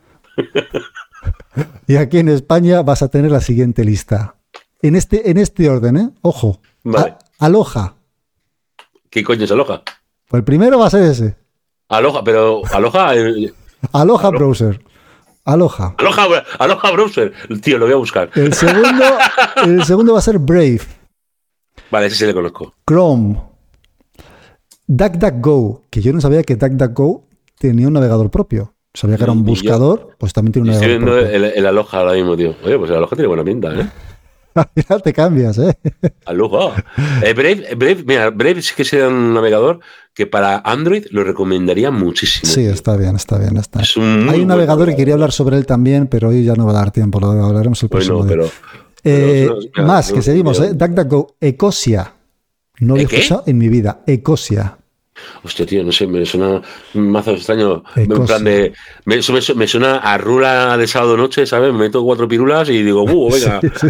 Y aquí en España vas a tener la siguiente lista. En este, en este orden, ¿eh? Ojo.
Vale.
A, Aloha.
¿Qué coño es Aloha?
Pues el primero va a ser ese.
Aloha, pero Aloha... El...
Aloha, Aloha Browser. Aloha.
Aloha. Aloha Browser. Tío, lo voy a buscar.
El segundo, el segundo va a ser Brave.
Vale, ese sí le conozco.
Chrome. DuckDuckGo, que yo no sabía que DuckDuckGo tenía un navegador propio. Sabía que era un buscador, pues también tiene un navegador
propio. Estoy viendo
propio.
El, el Aloha ahora mismo, tío. Oye, pues el Aloha tiene buena pinta, ¿eh?
Mira, te cambias, ¿eh?
Aloha. Eh, Brave, Brave, mira, Brave sí que sería un navegador que para Android lo recomendaría muchísimo.
Sí, está bien, está bien. Está.
Es un
Hay un navegador y quería hablar sobre él también, pero hoy ya no va a dar tiempo, lo hablaremos el próximo
bueno,
día.
Pero,
eh,
pero, mira,
más,
no,
que seguimos, ¿eh? DuckDuckGo, Ecosia. No lo he escuchado en mi vida. Ecosia.
Hostia, tío, no sé, me suena un mazo extraño.
Ecosia.
En plan de. Me, eso me, me suena a rula de sábado noche, ¿sabes? Me meto cuatro pirulas y digo, ¡uh, venga!
Sí, sí.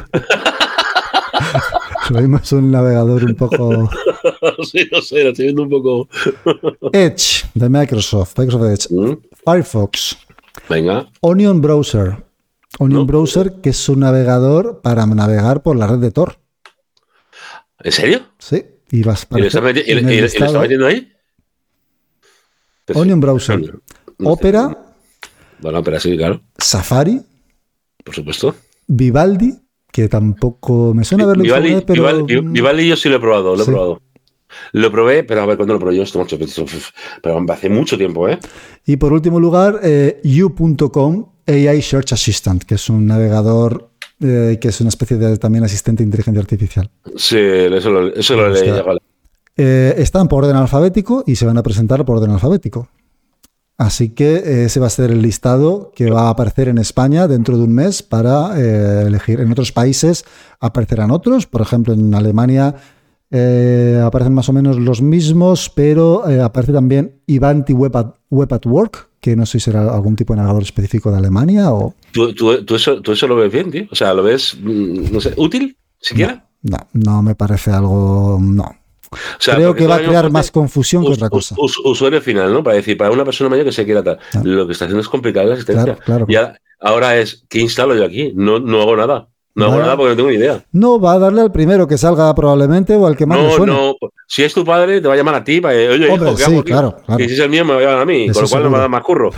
Lo mismo es un navegador un poco...
Sí, no sé, lo estoy viendo un poco...
Edge, de Microsoft, Microsoft Edge.
¿Mm?
Firefox.
Venga.
Onion Browser. Onion
¿No?
Browser, que es un navegador para navegar por la red de Tor.
¿En serio?
Sí. Y vas
¿Y lo está, meti y, y, y lo está metiendo ahí?
Onion Browser. No, no Opera.
No. Bueno, Opera sí, claro.
Safari.
Por supuesto.
Vivaldi, que tampoco me suena haberlo
Vivaldi,
visto, pero...
Vivaldi, Vivaldi yo sí lo he probado, lo he sí. probado. Lo probé, pero a ver, ¿cuándo lo probé yo? Esto, mucho, pero hace mucho tiempo, ¿eh?
Y por último lugar, eh, you punto com A I Search Assistant, que es un navegador eh, que es una especie de también asistente de inteligencia artificial.
Sí, eso lo, eso lo leí. Vale.
Eh, están por orden alfabético y se van a presentar por orden alfabético. Así que ese va a ser el listado que va a aparecer en España dentro de un mes para eh, elegir. En otros países aparecerán otros, por ejemplo en Alemania eh, aparecen más o menos los mismos, pero eh, aparece también Ivanti Web at, Web at Work, que no sé si será algún tipo de navegador específico de Alemania o...
¿Tú, tú, tú, eso, ¿Tú eso lo ves bien, tío? O sea, ¿lo ves, no sé, útil siquiera?
No, no, no me parece algo... no.
O sea,
creo que va a crear más confusión que otra cosa.
Us, usuario final, ¿no? Para decir, para una persona mayor que se quiera tal. Ah. Lo que está haciendo es complicar la asistencia.
Claro, claro.
Y ahora, ahora es, ¿qué instalo yo aquí? No, no hago nada. No hago
Vaya.
nada porque no tengo ni idea.
No, va a darle al primero que salga probablemente o al que más
no,
le suene.
No, si es tu padre, te va a llamar a ti. Para, Oye,
Hombre,
hijo, ¿qué
sí,
hago,
claro, claro.
Y si es el mío, me va a llamar a mí.
Eso
con lo cual
seguro.
no me va a dar más curro.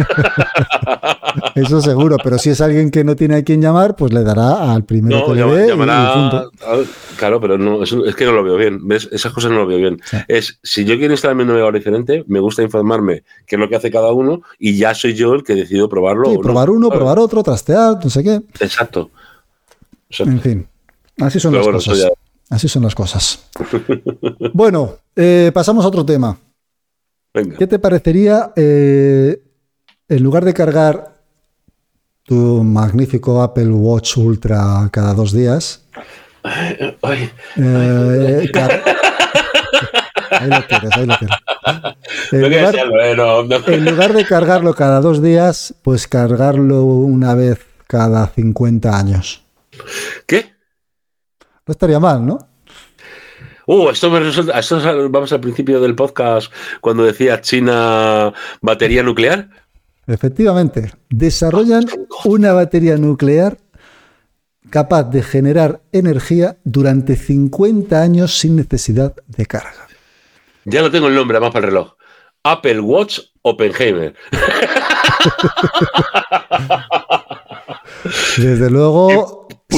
Eso seguro, pero si es alguien que no tiene a quien llamar, pues le dará al primero
no,
que
llama,
le dé
llamará,
y punto.
Claro, pero no, es, es que no lo veo bien. ¿Ves? Esas cosas no lo veo bien. Sí. Es, si yo quiero instalarme un navegador diferente, me gusta informarme qué es lo que hace cada uno y ya soy yo el que decido probarlo.
Sí,
o
probar
no.
uno,
¿sabes?
probar otro, trastear, no sé qué.
Exacto. Exacto.
En fin, así son
pero
las
bueno,
cosas. Ya... Así son las cosas. Bueno, eh, pasamos a otro tema.
Venga.
¿Qué te parecería, eh, en lugar de cargar tu magnífico Apple Watch Ultra cada dos días,
ay, ay,
eh, ay, car... ahí lo tienes, ahí lo tienes. En,
no
lugar,
ser, no, no.
en lugar de cargarlo cada dos días, pues cargarlo una vez cada cincuenta años.
¿Qué?
No estaría mal, ¿no?
Uh, esto me resulta. Esto vamos al principio del podcast cuando decía China batería nuclear.
Efectivamente, desarrollan una batería nuclear capaz de generar energía durante cincuenta años sin necesidad de carga.
Ya no tengo el nombre, además para el reloj. Apple Watch Oppenheimer.
Desde luego,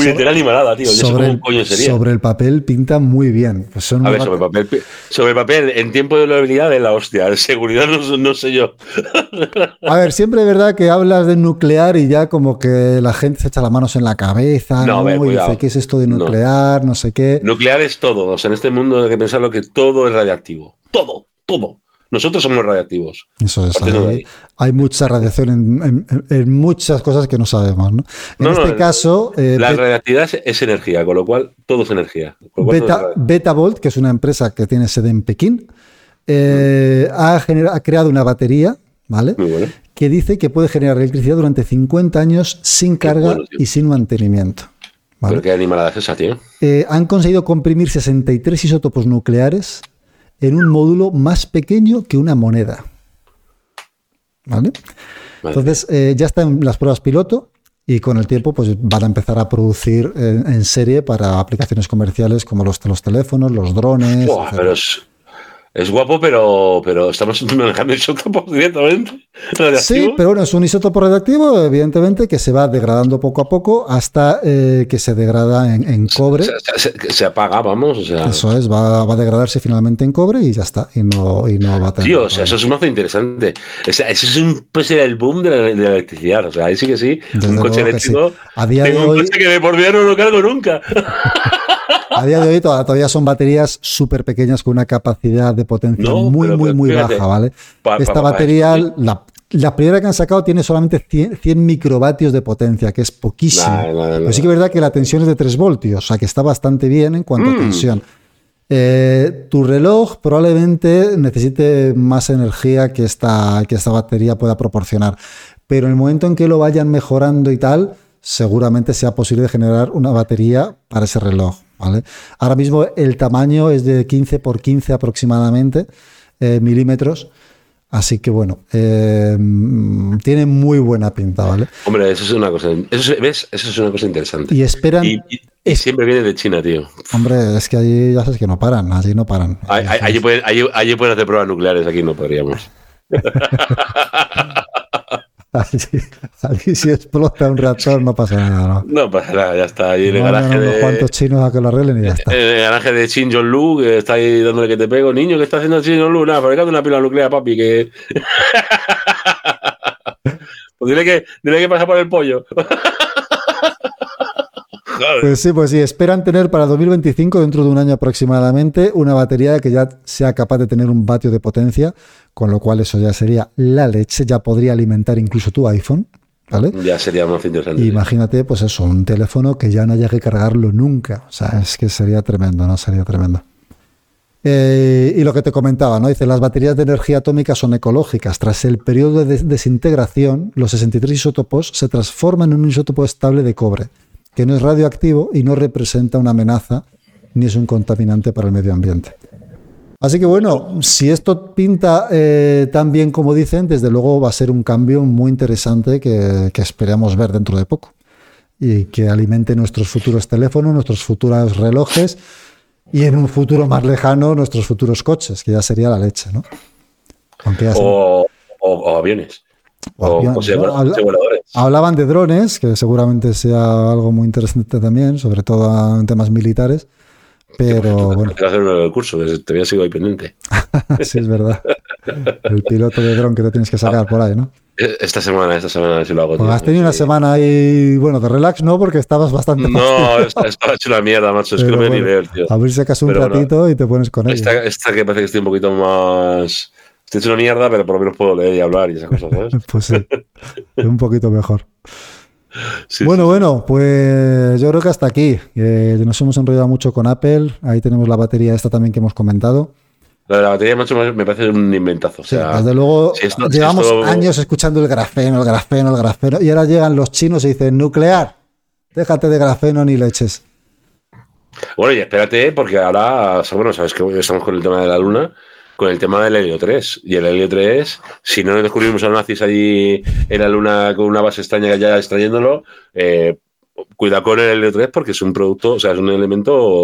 puñetera animalada, tío.
Sobre, el, coño sería. sobre el papel pinta muy bien. Pues son
a ver, sobre el, papel, sobre el papel, en tiempo de durabilidad de la hostia. De seguridad no, no sé yo.
A ver, siempre es verdad que hablas de nuclear y ya como que la gente se echa las manos en la cabeza, no, ¿no? Ver, y dice, ¿qué es esto de nuclear? No. no sé qué.
Nuclear es todo. O sea, en este mundo hay que pensarlo que todo es radiactivo. Todo, todo. Nosotros somos radiactivos.
Eso es. Hay, hay mucha radiación en, en, en muchas cosas que no sabemos, ¿no? En no, este no, caso...
Eh, la radiactividad es, es energía, con lo cual todo es energía.
Beta, Betavolt, que es una empresa que tiene sede en Pekín, eh, mm. ha, gener, ha creado una batería, ¿vale?
Muy bueno.
Que dice que puede generar electricidad durante cincuenta años sin qué carga bueno, y sin mantenimiento. ¿Vale?
¿Pero qué animalada es esa, tío?
Eh, han conseguido comprimir sesenta y tres isótopos nucleares en un módulo más pequeño que una moneda. ¿Vale? Vale. Entonces, eh, ya están las pruebas piloto y con el tiempo pues van a empezar a producir en, en serie para aplicaciones comerciales como los, los teléfonos, los drones.
Buah, pero es, es guapo, pero, pero estamos manejando isótopos directamente.
Sí, pero bueno, es un isótopo radiactivo, evidentemente, que se va degradando poco a poco hasta eh, que se degrada en, en cobre.
Se, se, se apaga, vamos. O sea.
Eso es, va, va a degradarse finalmente en cobre y ya está. Y no, y no va a tener.
Tío, o sea, eso es un mazo interesante. O sea, eso es un, pues, el boom de la, de la electricidad. O sea, ahí sí que sí. Desde un coche eléctrico. Sí.
A día
tengo
de hoy,
un coche que de por vida no lo cargo nunca.
A día de hoy todavía son baterías súper pequeñas con una capacidad de potencia no, muy, pero, muy, muy fíjate, baja, ¿vale? Pa, Esta pa, pa, batería, pa, la, la primera que han sacado tiene solamente cien, cien microvatios de potencia, que es poquísimo. Nah, nah, nah, pero sí que es verdad que la tensión es de tres voltios, o sea que está bastante bien en cuanto mm. a tensión. Eh, tu reloj probablemente necesite más energía que esta, que esta batería pueda proporcionar, pero en el momento en que lo vayan mejorando y tal, seguramente sea posible generar una batería para ese reloj, ¿vale? Ahora mismo el tamaño es de quince por quince aproximadamente eh, milímetros, así que bueno, eh, tiene muy buena pinta, ¿vale?
Hombre, eso es una cosa, eso, ¿ves? Eso es una cosa interesante.
Y esperan...
Y, y, y es, siempre viene de China, tío.
Hombre, es que allí ya sabes que no paran, allí no paran.
Allí, allí, pueden, allí, allí pueden hacer pruebas nucleares, aquí no podríamos.
Allí, allí si explota un reactor no pasa nada, ¿no?
No pasa nada, ya está. Ahí en el garaje
no, no,
de...
cuantos chinos a que lo arreglen y ya está.
En el garaje de Shin Jong-lu, que está ahí dándole que te pego. Niño, ¿qué está haciendo Shin Jong-lu? Nada, fabricando una pila nuclear, papi, que... pues dile que, dile que pasa por el pollo.
Pues sí, pues sí, esperan tener para dos mil veinticinco, dentro de un año aproximadamente, una batería que ya sea capaz de tener un vatio de potencia, con lo cual eso ya sería la leche, ya podría alimentar incluso tu iPhone, ¿vale?
Ya sería más interesante.
Imagínate, pues eso, un teléfono que ya no haya que cargarlo nunca, o sea, es que sería tremendo, ¿no? Sería tremendo. Eh, y lo que te comentaba, ¿no? Dice, las baterías de energía atómica son ecológicas. Tras el periodo de desintegración, los sesenta y tres isótopos se transforman en un isótopo estable de cobre, que no es radioactivo y no representa una amenaza ni es un contaminante para el medio ambiente. Así que bueno, si esto pinta eh, tan bien como dicen, desde luego va a ser un cambio muy interesante que, que esperamos ver dentro de poco y que alimente nuestros futuros teléfonos, nuestros futuros relojes y en un futuro más lejano nuestros futuros coches, que ya sería la leche, ¿no? Aunque ya
o, o, o aviones. O, o, aviones, o sea,
¿no? Habla, hablaban de drones, que seguramente sea algo muy interesante también, sobre todo en temas militares. Pero bueno.
Te hacer el curso, te había sido ahí pendiente.
Sí, es verdad. El piloto de dron que te tienes que sacar por ahí, ¿no?
Esta semana, esta semana, si lo hago.
Pues has tenido una semana ahí, bueno, de relax, ¿no? Porque estabas bastante.
No, estaba hecho una mierda, macho. Es pero que no me bueno, ni ver, tío.
A ver si sacas un pero ratito bueno, y te pones con
esta, ella. Esta que parece que estoy un poquito más. Estoy hecho una mierda, pero por lo menos puedo leer y hablar y esas cosas, ¿sabes?
Pues sí, un poquito mejor. Sí, bueno, sí, bueno, pues yo creo que hasta aquí. Eh, nos hemos enrollado mucho con Apple. Ahí tenemos la batería esta también que hemos comentado.
La de la batería, macho, me parece un inventazo. O sea,
sí, desde luego, si esto, llevamos si esto... años escuchando el grafeno, el grafeno, el grafeno, y ahora llegan los chinos y dicen, nuclear, déjate de grafeno ni leches.
Bueno, y espérate, porque ahora, bueno, sabes que estamos con el tema de la Luna, con el tema del helio tres. Y el helio tres, si no descubrimos a los nazis allí en la Luna con una base extraña ya extrayéndolo, eh, cuidado con el helio tres porque es un producto, o sea, es un elemento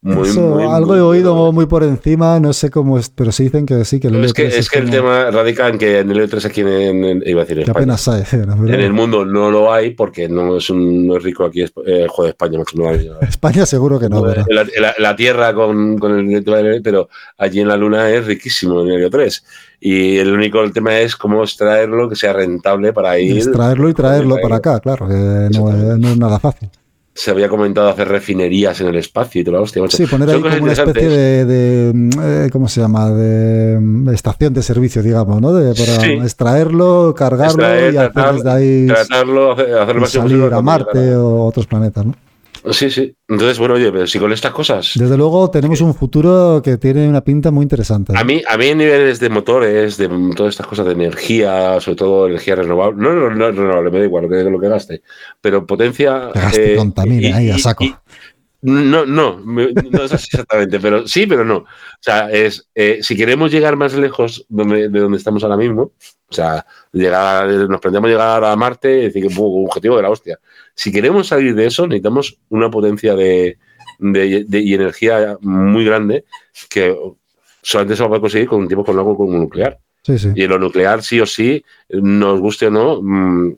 Muy,
Eso,
muy,
algo
muy,
he oído
muy,
muy por encima, no sé cómo es, pero sí dicen que sí, que el
es que,
L tres
es que el
como
tema radica en que en el E tres aquí en, en- iba a decir en
que
España.
apenas hay. ¿no?
En
Pero
el mundo no lo hay porque no es un no es rico aquí eh, el juego de España, macho, no hay.
España seguro que no, pero
La, la- la Tierra con, con el pero allí en la Luna es riquísimo en el Helio tres. Y el único el tema es cómo extraerlo que sea rentable para ir.
extraerlo y traerlo para acá, claro, que no es, no es nada fácil.
Se había comentado hacer refinerías en el espacio y todo lo hostia.
Sí, poner ahí como una especie de, de eh, ¿cómo se llama? De, de estación de servicio, digamos, ¿no? De, para sí. extraerlo, cargarlo
Extraer,
y hacer
tratar,
desde ahí
tratarlo, hacer, hacer
y salir a Marte o otros planetas, ¿no?
Sí, sí. Entonces, bueno, oye, pero si con estas cosas...
Desde luego tenemos sí. un futuro que tiene una pinta muy interesante. ¿eh?
A mí, a mí en niveles de motores, de todas estas cosas de energía, sobre todo energía renovable, no, no, no es renovable, me da igual lo que, lo que gaste, pero potencia...
Que gaste,
eh,
contamine,
y,
ahí a saco.
Y, no, no, no es así exactamente, pero sí, pero no. O sea, es eh, si queremos llegar más lejos donde, de donde estamos ahora mismo, o sea, llegar, nos planteamos llegar a Marte y decir que un objetivo de la hostia. Si queremos salir de eso, necesitamos una potencia de, de, de y energía muy grande que solamente se va a poder conseguir con un tipo con algo como nuclear.
Sí, sí.
Y lo nuclear, sí o sí, nos guste o no, mmm,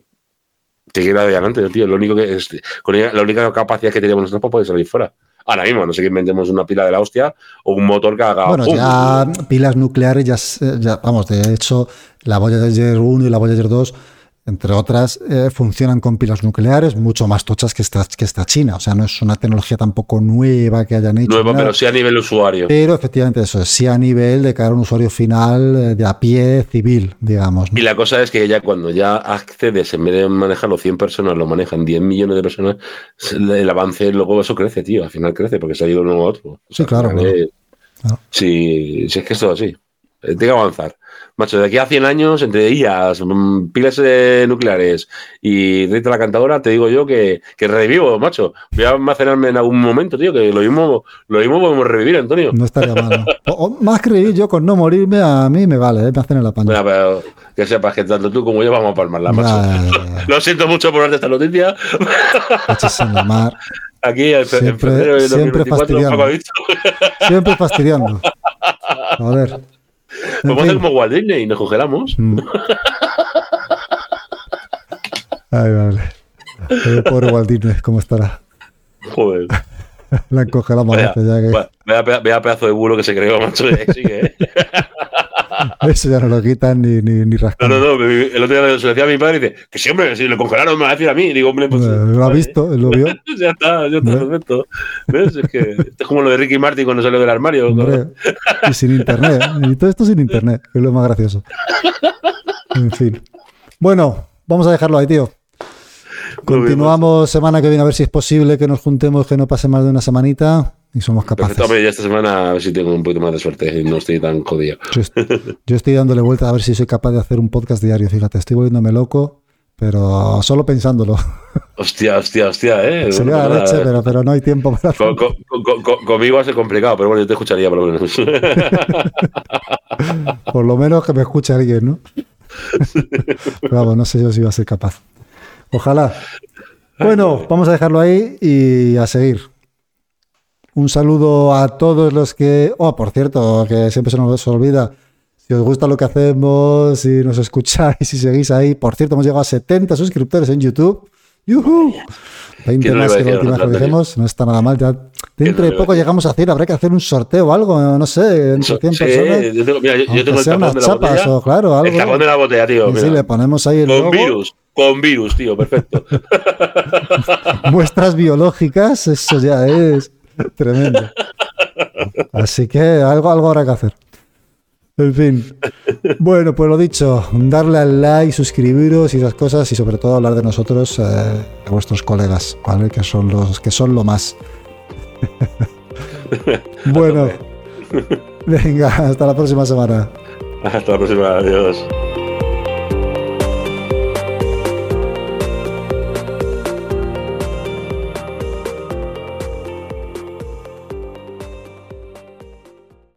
te queda adelante, tío. Lo único que es, con ella, la única capacidad que tenemos nosotros para poder salir fuera. Ahora mismo, no sé que inventemos una pila de la hostia o un motor que haga.
Bueno, ¡pum! Ya pilas nucleares, ya, ya, vamos, de hecho, la Voyager uno y la Voyager dos, entre otras, eh, funcionan con pilas nucleares mucho más tochas que esta, que esta China. O sea, no es una tecnología tampoco nueva que hayan hecho.
Nueva, pero sí a nivel usuario.
Pero efectivamente eso es, sí a nivel de cara a un usuario final de a pie civil, digamos, ¿no?
Y la cosa es que ya cuando ya accedes, en vez de manejarlo cien personas, lo manejan diez millones de personas, el avance, luego eso crece, tío. Al final crece porque se ha ido uno a otro. O sea,
sí, claro. claro.
Es,
claro.
Sí, sí, es que es todo así. Tiene que avanzar. Macho, de aquí a cien años, entre ellas, pilas eh, nucleares y Rita la Cantadora, te digo yo que, que revivo, macho. Voy a almacenarme en algún momento, tío, que lo mismo, lo mismo podemos revivir, Antonio.
No estaría mal. O, o, más que revivir yo con no morirme, a mí me vale, ¿eh? Me hacen en la paña.
Bueno, pero que sepas que tanto tú como yo vamos a palmarla, macho. Ya, ya, ya. Lo siento mucho por darte esta noticia.
En la mar.
Aquí, en
siempre,
febrero de
siempre fastidiando. Siempre fastidiando. A ver.
Vamos a hacer como Walt Disney y nos congelamos. Mm.
Ay, vale. El pobre Walt Disney, ¿cómo estará?
Joder.
La congelamos
vaya,
ya que...
vaya, vaya pedazo de bulo que se creó, macho. Sigue, ¿eh?
Eso ya no lo quitan ni, ni, ni rascan.
No, no, no. El otro día se lo decía a mi padre y dice que siempre, si lo congelaron, me va a decir a mí. Y digo, hombre, pues.
Bueno, lo ha visto, lo vio.
ya está, ya está, ¿no? Perfecto. ¿Ves? Es que esto es como lo de Ricky Martin cuando salió del armario.
Hombre, y sin internet. Y todo esto sin internet, que es lo más gracioso. En fin. Bueno, vamos a dejarlo ahí, tío. Continuamos semana que viene a ver si es posible que nos juntemos, que no pase más de una semanita y somos capaces.
Perfecto, ya esta semana a ver si tengo un poquito más de suerte y no estoy tan jodido.
Yo, yo estoy dándole vuelta a ver si soy capaz de hacer un podcast diario, fíjate, estoy volviéndome loco, pero solo pensándolo.
Hostia, hostia, hostia, eh.
Sería bueno, la leche, pero, pero no hay tiempo para
con, con, con, con, Conmigo va a ser complicado, pero bueno, yo te escucharía por lo menos.
Por lo menos que me escuche alguien, ¿no? Pero vamos, no sé yo si va a ser capaz. Ojalá. Bueno, vamos a dejarlo ahí y a seguir. Un saludo a todos los que... Oh, por cierto, que siempre se nos olvida. Si os gusta lo que hacemos, si nos escucháis, si seguís ahí. Por cierto, hemos llegado a setenta suscriptores en YouTube. ¡Yuhu! veinte no más que la última vez que dijimos. No está nada mal. Ya dentro de poco llegamos a cien. Habrá que hacer un sorteo o algo, no sé, entre cien
sí,
personas.
Yo tengo, mira, yo, yo tengo el
tapón de la chapas, botella. O, claro, algo.
El tapón de la botella, tío.
Y
mira.
sí, le ponemos ahí el
Con
logo.
virus. Con virus, tío, perfecto.
Muestras biológicas, eso ya es tremendo. Así que algo, algo habrá que hacer. En fin. Bueno, pues lo dicho, darle al like, suscribiros y esas cosas y sobre todo hablar de nosotros eh, a vuestros colegas, ¿vale? Que son los que son lo más. Bueno, venga, hasta la próxima semana.
Hasta la próxima, adiós.